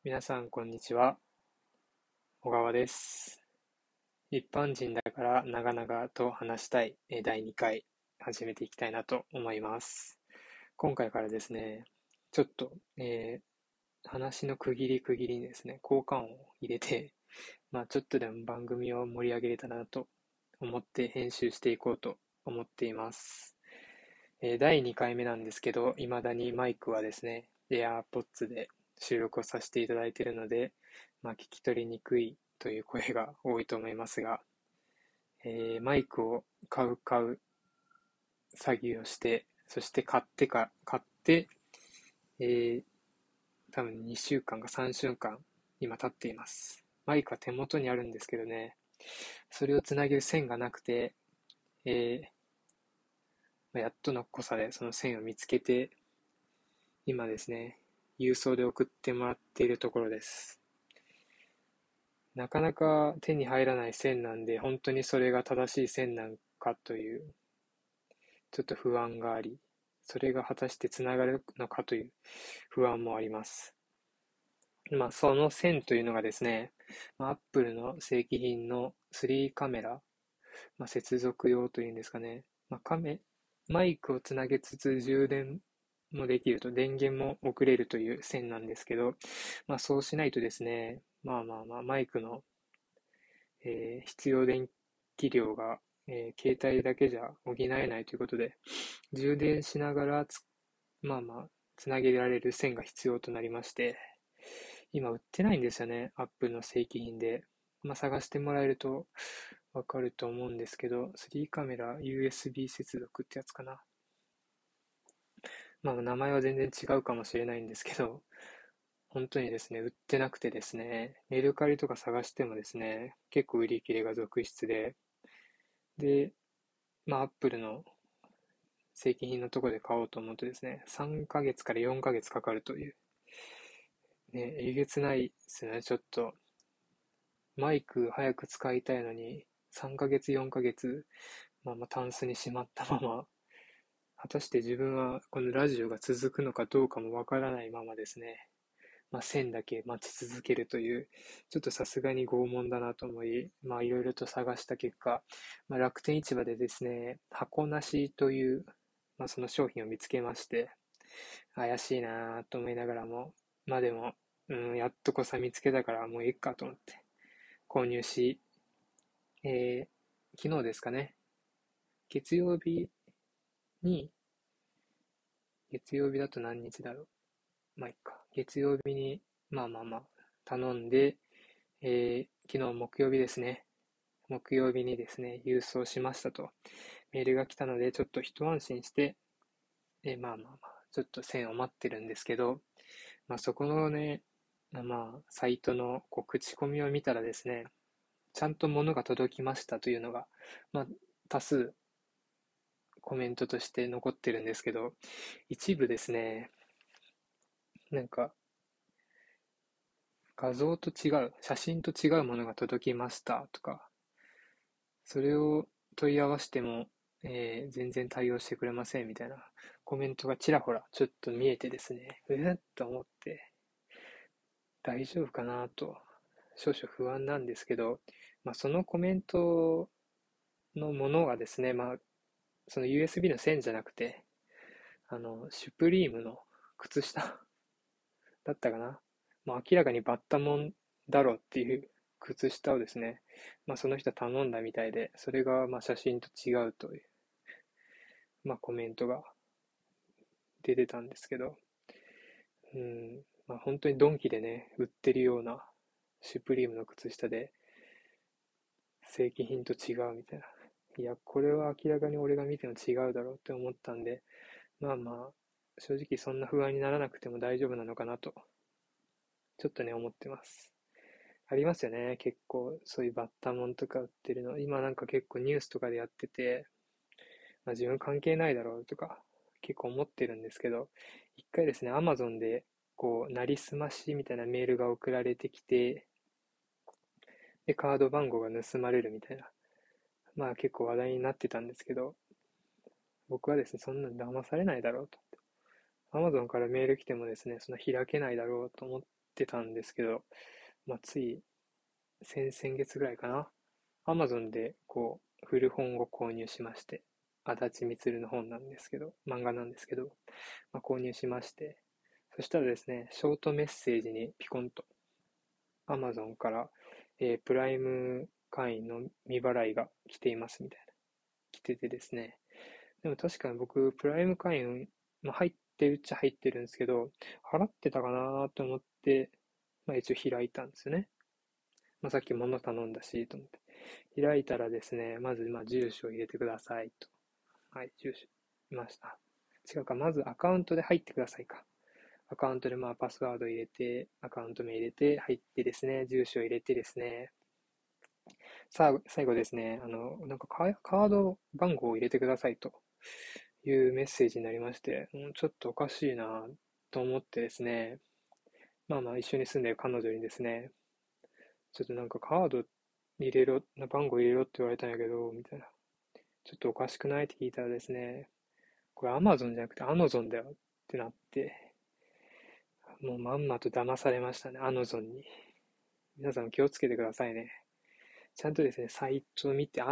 皆さん、こんにちは。小川です。一般人だから長々と話したい第2回始めていきたいなと思います。今回からですね、ちょっと、話の区切り区切りにですね、効果音を入れて、ちょっとでも番組を盛り上げれたらなと思って編集していこうと思っています。第2回目なんですけど、未だにマイクはですね、AirPods で収録をさせていただいているので、聞き取りにくいという声が多いと思いますが、マイクを買う作業をして、そして買って、えー多分2週間か3週間今経っています。マイクは手元にあるんですけどね、それをつなげる線がなくて、えやっとの濃さでその線を見つけて、今ですね、郵送で送ってもらっているところです。なかなか手に入らない線なんで、本当にそれが正しい線なんかという、ちょっと不安があり、それが果たしてつながるのかという不安もあります。その線というのがですね、Apple の正規品の3カメラ、接続用というんですかね、マイクをつなげつつ充電もできると、電源も送れるという線なんですけど、そうしないとですね、マイクの、必要電気量が、携帯だけじゃ補えないということで、充電しながらつなげられる線が必要となりまして、今売ってないんですよね、Apple の正規品で。探してもらえるとわかると思うんですけど、3カメラ USB 接続ってやつかな。名前は全然違うかもしれないんですけど、本当にですね、売ってなくてですね、メルカリとか探してもですね、結構売り切れが続出で、Apple の正規品のところで買おうと思うとですね、3ヶ月から4ヶ月かかるという、ね、えげつないですね、ちょっと。マイク早く使いたいのに、3ヶ月、4ヶ月、タンスにしまったまま、果たして自分はこのラジオが続くのかどうかもわからないままですね、線だけ待ち続けるという、ちょっとさすがに拷問だなと思い、いろいろと探した結果、楽天市場でですね、箱なしという、その商品を見つけまして、怪しいなと思いながらも、でも、やっとこさ見つけたからもういいかと思って購入し、え昨日ですかね、月曜日に、月曜日だと何日だろう。いっか。月曜日に、頼んで、昨日木曜日ですね。木曜日にですね、郵送しましたとメールが来たので、ちょっと一安心して、ちょっと線を待ってるんですけど、そこのね、サイトの口コミを見たらですね、ちゃんと物が届きましたというのが、多数コメントとして残ってるんですけど、一部ですね、なんか画像と違う、写真と違うものが届きましたとか、それを問い合わせても、全然対応してくれませんみたいなコメントがちらほらちょっと見えてですね、っと思って大丈夫かなと少々不安なんですけど、そのコメントのものがですね、その USB の線じゃなくて、シュプリームの靴下だったかな。明らかにバッタモンだろうっていう靴下をですね、その人頼んだみたいで、それが写真と違うという、コメントが出てたんですけど、本当にドンキでね、売ってるようなシュプリームの靴下で、正規品と違うみたいな。いや、これは明らかに俺が見ても違うだろうって思ったんで、正直そんな不安にならなくても大丈夫なのかなと、ちょっとね、思ってます。ありますよね、結構、そういうバッタモンとか売ってるの。今なんか結構ニュースとかでやってて、自分関係ないだろうとか、結構思ってるんですけど、一回ですね、アマゾンで、なりすましみたいなメールが送られてきて、で、カード番号が盗まれるみたいな、結構話題になってたんですけど、僕はですね、そんなの騙されないだろうと。アマゾンからメール来てもですね、そんな開けないだろうと思っってたんですけど、つい先月ぐらいかな。Amazon で古本を購入しまして、足立みつるの本なんですけど、漫画なんですけど、購入しまして、そしたらですね、ショートメッセージにピコンと Amazon から、プライム会員の未払いが来ていますみたいな、来ててですね、でも確かに僕、プライム会員、入ってるっちゃ入ってるんですけど、払ってたかなと思って、一応開いたんですよね。さっき物頼んだし、と思って。開いたらですね、まず、住所を入れてくださいと。はい、住所、いました。違うか、まずアカウントで入ってくださいか。アカウントでパスワード入れて、アカウント名入れて、入ってですね、住所入れてですね、最後ですね、なんかカード番号を入れてくださいというメッセージになりまして、ちょっとおかしいなと思ってですね、一緒に住んでる彼女にですね、ちょっとなんかカード入れろ、番号入れろって言われたんやけど、みたいな。ちょっとおかしくないって聞いたらですね、これ Amazon じゃなくて Amazon だよってなって、もうまんまと騙されましたね、Amazon に。皆さん気をつけてくださいね。ちゃんとですね、サイトを見て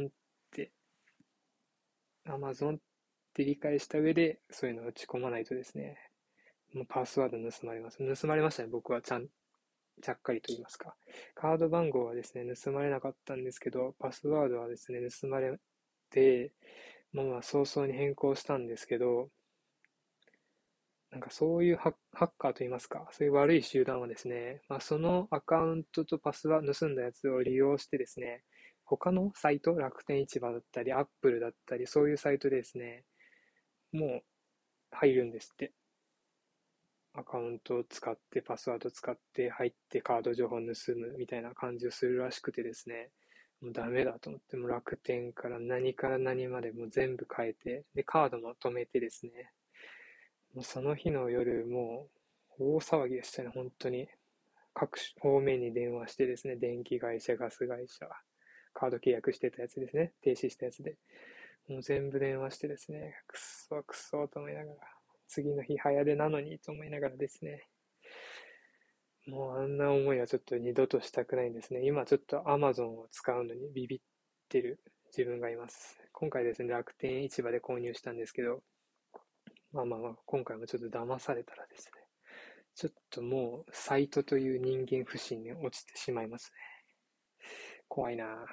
Amazon って理解した上で、そういうのを打ち込まないとですね、もうパスワード盗まれます。盗まれましたね、僕はちゃっかりと言いますか。カード番号はですね、盗まれなかったんですけど、パスワードはですね、盗まれて、早々に変更したんですけど、なんかそういうハッカーといいますか、そういう悪い集団はですね、そのアカウントとパスワード盗んだやつを利用してですね、他のサイト、楽天市場だったり、アップルだったり、そういうサイトでですね、もう入るんですって。アカウントを使って、パスワードを使って入ってカード情報を盗むみたいな感じをするらしくてですね、もうダメだと思って、もう楽天から何までもう全部変えて、で、カードも止めてですね、もうその日の夜、もう大騒ぎでしたね、本当に。各方面に電話してですね、電気会社、ガス会社、カード契約してたやつですね、停止したやつで。もう全部電話してですね、くっそくっそと思いながら、次の日早出なのにと思いながらですね、もうあんな思いはちょっと二度としたくないんですね。今ちょっと Amazon を使うのにビビってる自分がいます。今回ですね、楽天市場で購入したんですけど、今回もちょっと騙されたらですね、ちょっともうサイトという人間不信に落ちてしまいますね。怖いなぁ。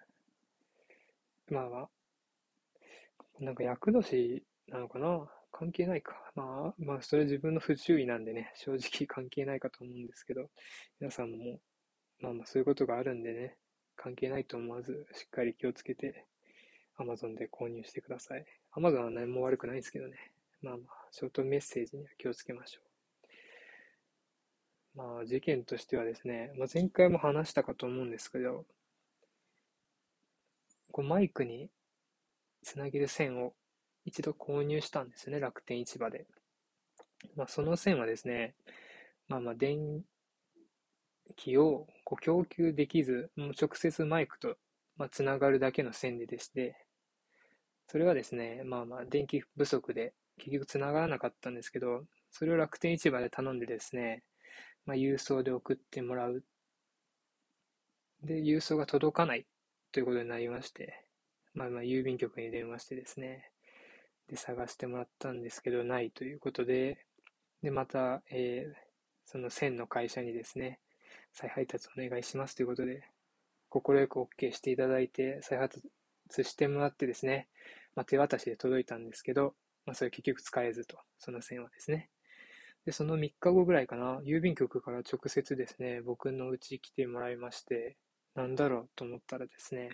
まあまあ、なんか厄年なのかな、関係ないか。それは自分の不注意なんでね、正直関係ないかと思うんですけど、皆さんもそういうことがあるんでね、関係ないと思わず、しっかり気をつけて、Amazon で購入してください。Amazon は何も悪くないですけどね。ショートメッセージには気をつけましょう。事件としてはですね、前回も話したかと思うんですけど、マイクにつなげる線を一度購入したんですよね、楽天市場で。その線はですね、電気を供給できず、もう直接マイクと、つながるだけの線でして、それはですね、電気不足で結局つながらなかったんですけど、それを楽天市場で頼んでですね、郵送で送ってもらう。で、郵送が届かないということになりまして、郵便局に電話してですね、で、探してもらったんですけど、ないということで、で、また、その線の会社にですね、再配達お願いしますということで、快く OK していただいて、再発してもらってですね、手渡しで届いたんですけど、それ結局使えずと、その線はですね。で、その3日後ぐらいかな、郵便局から直接ですね、僕の家来てもらいまして、なんだろうと思ったらですね、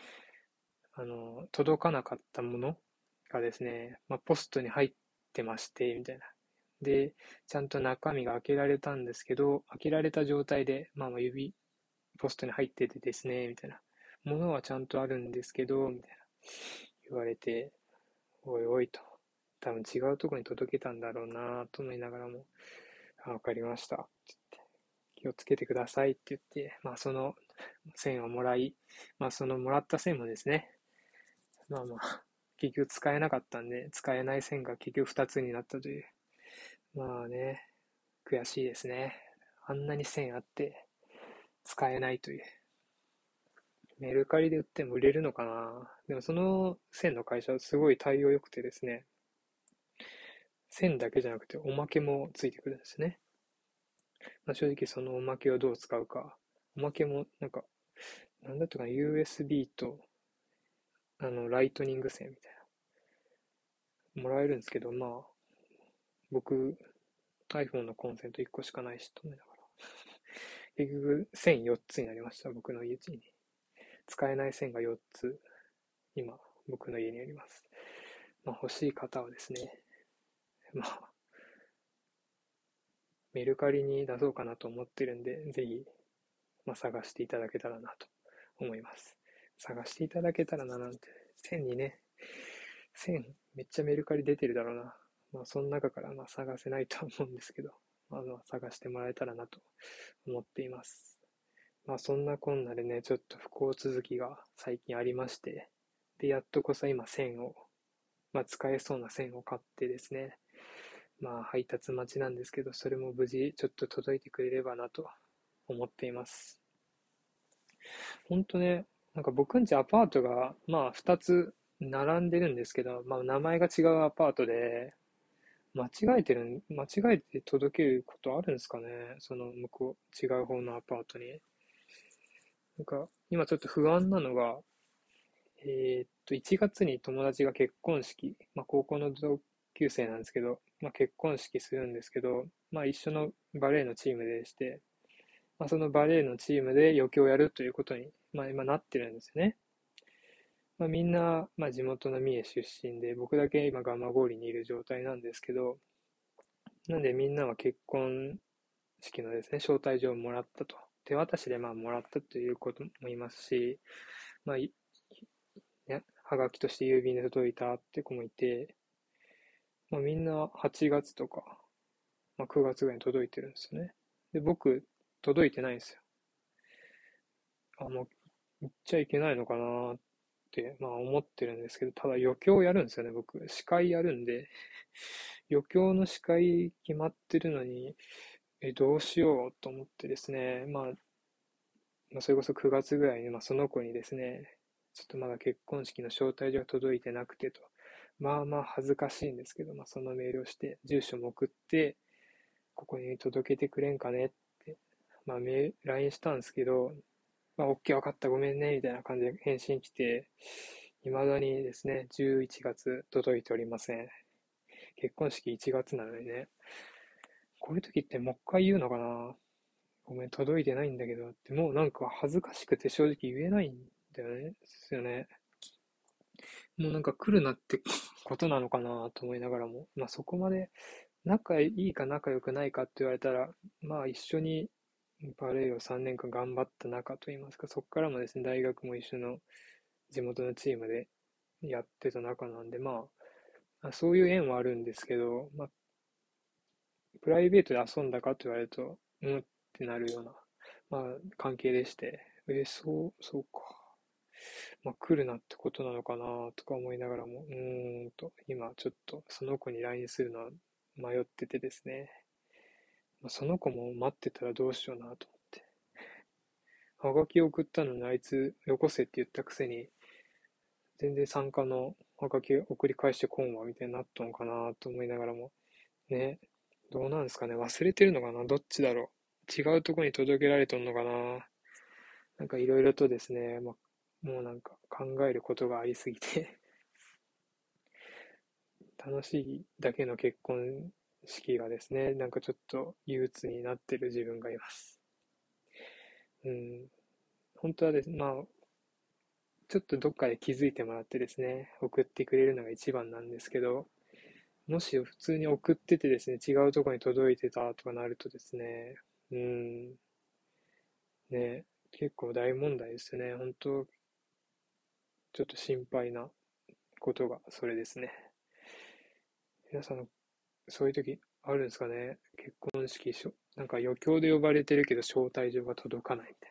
届かなかったものがですね、ポストに入ってまして、みたいな。で、ちゃんと中身が開けられたんですけど、開けられた状態で、ポストに入っててですね、みたいな。ものはちゃんとあるんですけど、みたいな。言われて、おいおいと。多分違うところに届けたんだろうなと思いながらも、わかりました。って言って、気をつけてくださいって言って、その線をもらい、そのもらった線もですね、結局使えなかったんで、使えない線が結局2つになったという。悔しいですね。 あんなに線あって使えないという。メルカリで売っても売れるのかな。でもその線の会社はすごい対応良くてですね、線だけじゃなくておまけもついてくるんですね。まあ、正直そのおまけをどう使うか。おまけもなんか、なんだったかな、USB とライトニング線みたいな、もらえるんですけど、まあ、僕、iPhone のコンセント1個しかないし、と思いながら。結局、線4つになりました、僕の家に。使えない線が4つ、今、僕の家にあります。まあ、欲しい方はですね、まあ、メルカリに出そうかなと思ってるんで、ぜひ、まあ、探していただけたらなと思います。探していただけたらななんて、線にね、線めっちゃメルカリ出てるだろうな。まあ、その中からまあ探せないとは思うんですけど、探してもらえたらなと思っています。まあ、そんなこんなでね、ちょっと不幸続きが最近ありまして、で、やっとこそ今線を、まあ、使えそうな線を買ってですね、まあ、配達待ちなんですけど、それも無事ちょっと届いてくれればなと思っています。ほんとね、なんか僕んちアパートが、まあ、2つ並んでるんですけど、まあ、名前が違うアパートで、間違えて届けることあるんですかね、その向こう、違う方のアパートに。なんか、今ちょっと不安なのが、1月に友達が結婚式、まあ、高校の同級生なんですけど、まあ、結婚式するんですけど、まあ、一緒のバレエのチームでして、まあ、そのバレエのチームで余興をやるということに、まあ、今なってるんですよね。まあ、みんな、まあ、地元の三重出身で、僕だけ今蒲郡にいる状態なんですけど、なんでみんなは結婚式のですね、招待状をもらったと。手渡しでまあもらったということもいますし、まあ、ね、はがきとして郵便で届いたって子もいて、まあ、みんな8月とか、まあ、9月ぐらいに届いてるんですよね。で、僕、届いてないんですよ。もう行っちゃいけないのかなって、まあ思ってるんですけど、ただ余興やるんですよね、僕。司会やるんで、余興の司会決まってるのに、どうしようと思ってですね、それこそ9月ぐらいに、まあ、その子にですね、ちょっとまだ結婚式の招待状が届いてなくてと、まあまあ恥ずかしいんですけど、まあ、そのメールをして、住所も送って、ここに届けてくれんかねって、まあ、LINE したんですけど、まあ、OK、わかった、ごめんね、みたいな感じで返信来て、未だにですね、11月届いておりません。結婚式1月なのにね、こういう時ってもう一回言うのかな。ごめん、届いてないんだけどって、もうなんか恥ずかしくて正直言えないんだよね。ですよね。もうなんか来るなってことなのかなと思いながらも、まあそこまで仲いいか仲良くないかって言われたら、まあ一緒にバレエを3年間頑張った仲といいますか、そこからもですね、大学も一緒の地元のチームでやってた仲なんで、そういう縁はあるんですけど、まあ、プライベートで遊んだかと言われると、うんってなるような、まあ、関係でして、そうか。まあ、来るなってことなのかなとか思いながらも、今ちょっとその子に LINE するのは迷っててですね。まあ、その子も待ってたらどうしようなと思って。はがき送ったのにあいつよこせって言ったくせに、全然参加のはがき送り返してこんわみたいになったのかなと思いながらも、ね、どうなんですかね。忘れてるのかな、どっちだろう。違うとこに届けられとんのかな。なんかいろいろとですね、もうなんか考えることがありすぎて楽しいだけの結婚式がですね、なんかちょっと憂鬱になってる自分がいます。うん、本当はですね、ちょっとどっかで気づいてもらってですね、送ってくれるのが一番なんですけど、もし普通に送っててですね、違うところに届いてたとかなるとですね、うん、ね、結構大問題ですね。本当、ちょっと心配なことがそれですね。皆さん、そういう時あるんですかね。結婚式なんか余興で呼ばれてるけど招待状が届かないみたい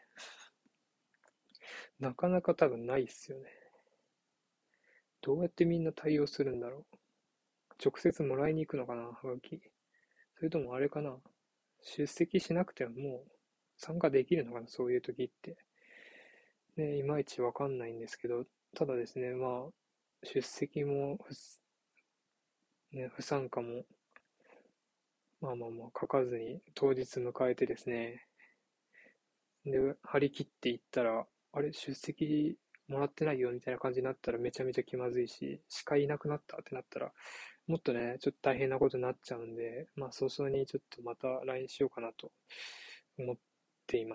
な。なかなか多分ないっすよね。どうやってみんな対応するんだろう。直接もらいに行くのかな、はがき。それともあれかな。 出席しなくてももう参加できるのかな、そういう時って。ね、いまいちわかんないんですけど、ただですね、まあ、出席もね、不参加も、まあまあまあ、書かずに当日迎えてですね、で、張り切っていったら、あれ、出席もらってないよみたいな感じになったらめちゃめちゃ気まずいし、司会いなくなったってなったら、もっとね、ちょっと大変なことになっちゃうんで、まあ早々にちょっとまた LINE しようかなと思っています。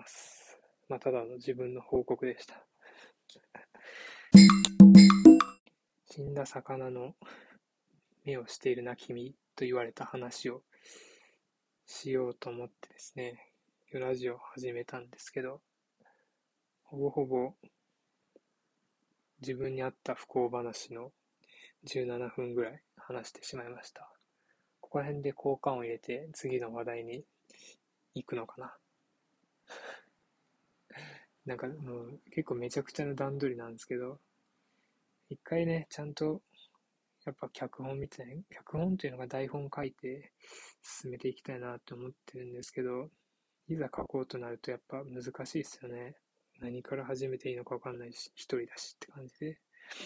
まあただの自分の報告でした。死んだ魚の目をしているな君と言われた話をしようと思ってですね、ラジオを始めたんですけど、ほぼほぼ自分にあった不幸話の17分ぐらい話してしまいました。ここら辺で交換を入れて次の話題に行くのかな。なんかもう結構めちゃくちゃな段取りなんですけど、一回ね、ちゃんとやっぱ脚本みたいな、脚本っていうのが台本書いて進めていきたいなって思ってるんですけど、いざ書こうとなるとやっぱ難しいですよね。何から始めていいのかわかんないし、一人だしって感じで。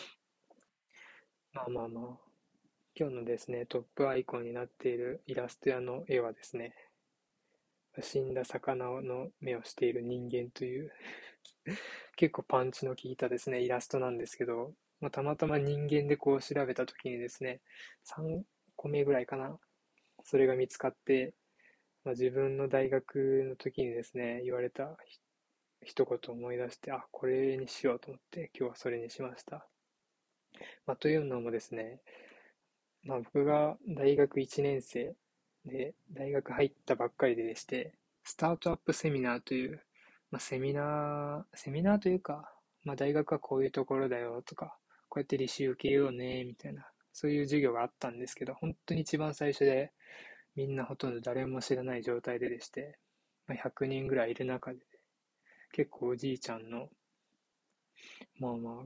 まあまあまあ、今日のですね、トップアイコンになっているイラスト屋の絵はですね、死んだ魚の目をしている人間という結構パンチの効いたですね、イラストなんですけど、まあ、たまたま人間でこう調べたときにですね、3個目ぐらいかな、それが見つかって、まあ、自分の大学の時にですね、言われた一言を思い出して、あ、これにしようと思って今日はそれにしました。まあ、というのもですね、まあ、僕が大学1年生で、大学入ったばっかりでして、スタートアップセミナーという、まあ、セミナーというか、まあ、大学はこういうところだよとか、こうやって履修受けようね、みたいな、そういう授業があったんですけど、本当に一番最初で、みんなほとんど誰も知らない状態でして、まあ、100人ぐらいいる中で、結構おじいちゃんの、まあまあ、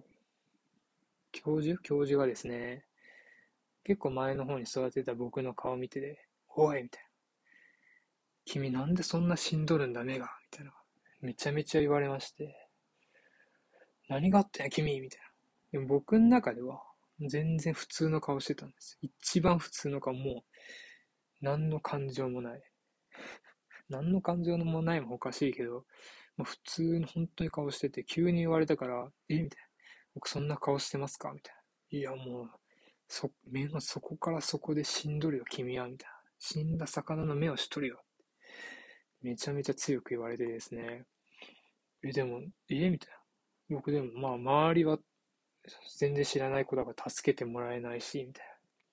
教授がですね、結構前の方に座ってた僕の顔見てて、おいみたいな。君なんでそんなしんどるんだ、目がみたいな。めちゃめちゃ言われまして、何があったんや、君みたいな。でも僕の中では、全然普通の顔してたんです。一番普通の顔、もう、何の感情もない。何の感情もないもおかしいけど、もう普通の本当に顔してて、急に言われたから、みたいな。僕そんな顔してますかみたいな。いや、もう、目の底から底で死んどるよ、君は、みたいな。死んだ魚の目をしとるよ。めちゃめちゃ強く言われてですね。でも、みたいな。僕でも、まあ、周りは全然知らない子だから助けてもらえないし、みたいな。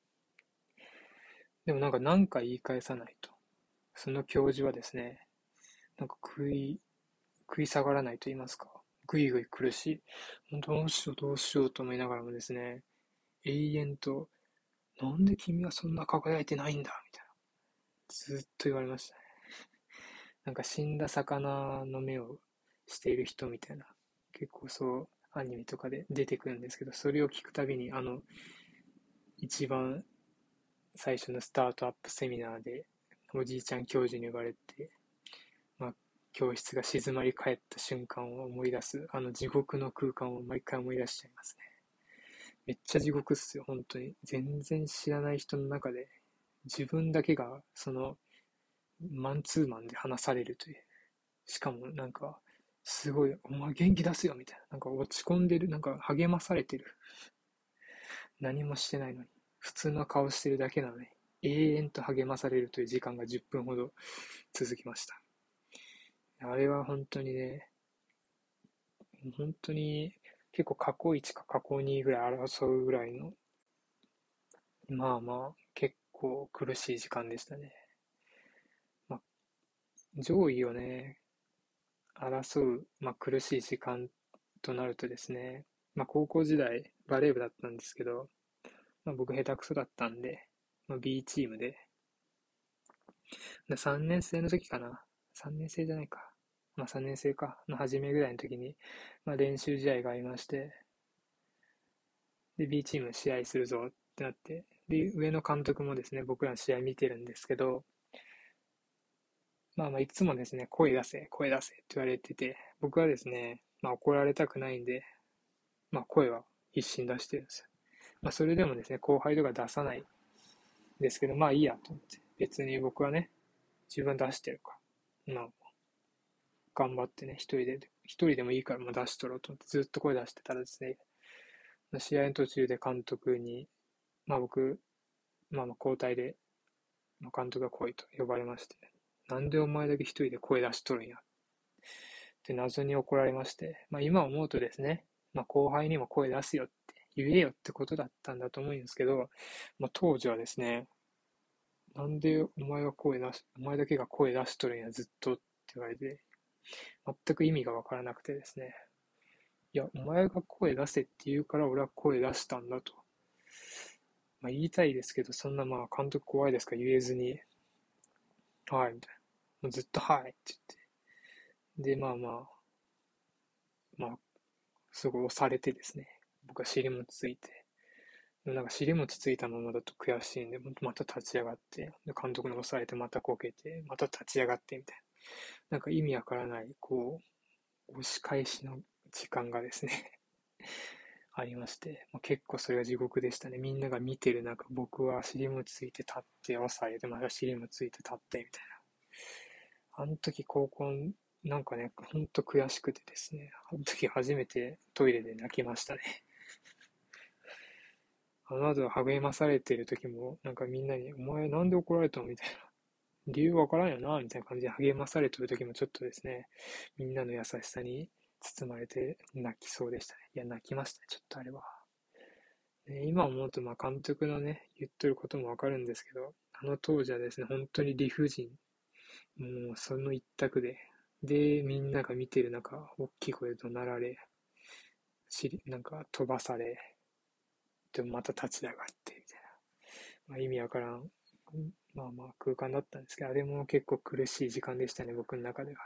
でもなんか何か言い返さないと。その教授はですね、なんか食い下がらないと言いますか。ぐいぐい来るし、どうしようどうしようと思いながらもですね、永遠と、なんで君はそんな輝いてないんだみたいな。ずっと言われましたね。なんか死んだ魚の目をしている人みたいな。結構そうアニメとかで出てくるんですけど、それを聞くたびに一番最初のスタートアップセミナーでおじいちゃん教授に言われて、まあ、教室が静まり返った瞬間を思い出す、あの地獄の空間を毎回思い出しちゃいますね。めっちゃ地獄っすよ、本当に。全然知らない人の中で、自分だけが、マンツーマンで話されるという。しかも、なんか、すごい、お前元気出すよ、みたいな。なんか落ち込んでる、なんか励まされてる。何もしてないのに。普通の顔してるだけなのに。永遠と励まされるという時間が10分ほど続きました。あれは本当にね、本当に結構過去1か過去2ぐらい争うぐらいの、まあまあ結構苦しい時間でしたね。まあ、上位をね、争う、まあ、苦しい時間となるとですね、まあ、高校時代バレー部だったんですけど、まあ、僕下手くそだったんで、まあ、B チームで3年生の時かな。3年生じゃないか。まあ3年生か。の初めぐらいの時に、まあ練習試合がありまして、で、B チーム試合するぞってなって、で、上の監督もですね、僕らの試合見てるんですけど、 いつもですね、声出せ、声出せって言われてて、僕はですね、怒られたくないんで、声は必死に出してるんですよ。それでもですね、後輩とか出さないんですけど、いいやと思って。別に僕はね、自分出してるから。頑張ってね、一人でもいいから出しとろうと思ってずっと声出してたらですね、試合の途中で監督に、僕、交代で、監督が来いと呼ばれまして、なんでお前だけ一人で声出しとるんやって謎に怒られまして、今思うとですね、後輩にも声出すよって言えよってことだったんだと思うんですけど、当時はですね、なんでお前だけが声出しとるんやずっとって言われて、全く意味がわからなくてですね、いや、お前が声出せって言うから俺は声出したんだと。言いたいですけど、そんな監督怖いですから言えずに、はい、みたいな。もうずっとはいって言って。で、まあ、すごい押されてですね、僕は尻餅ついて、なんか尻餅ついたままだと悔しいんで、また立ち上がって、で監督に押されてまたこけて、また立ち上がってみたいな。なんか意味わからない、押し返しの時間がですねありまして、結構それが地獄でしたね。みんなが見てる中、僕は尻餅ついて立って、押されて、また尻餅ついて立ってみたいな。あの時高校、なんかね、ほんと悔しくてですね、あの時初めてトイレで泣きましたね。あの後励まされてる時も、なんかみんなに、お前なんで怒られたのみたいな。理由わからんよなみたいな感じで励まされてる時もちょっとですね、みんなの優しさに包まれて泣きそうでしたね。いや、泣きましたね、ちょっとあれは。今思うと、監督のね、言ってることもわかるんですけど、あの当時はですね、本当に理不尽。もうその一択で。で、みんなが見てる中、大きい声で怒鳴られ、なんか飛ばされ、でもまた立ち上がって、みたいな。意味わからん。空間だったんですけど、あれも結構苦しい時間でしたね、僕の中では。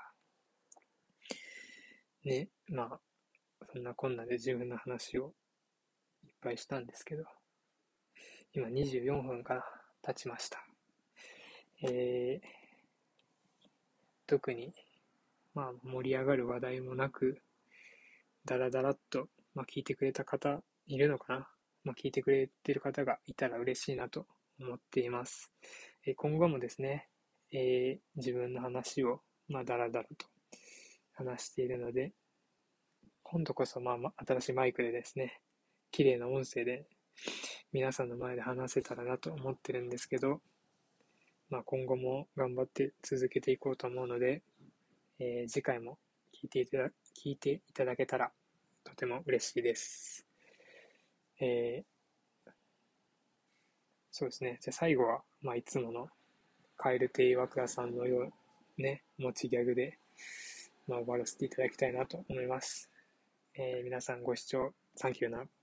ね、そんなこんなで自分の話をいっぱいしたんですけど、今24分かな、経ちました。えー、特に、盛り上がる話題もなく、だらだらっと、聞いてくれた方いるのかな、聞いてくれてる方がいたら嬉しいなと思っています。今後もですね、自分の話を、だらだらと話しているので、今度こそ、新しいマイクでですね、綺麗な音声で皆さんの前で話せたらなと思ってるんですけど、今後も頑張って続けていこうと思うので、次回も聞いていただけたらとても嬉しいです。えーそうですね。じゃあ最後は、いつもの蛙亭岩倉さんのようね、持ちギャグで、終わらせていただきたいなと思います。皆さんご視聴サンキューな。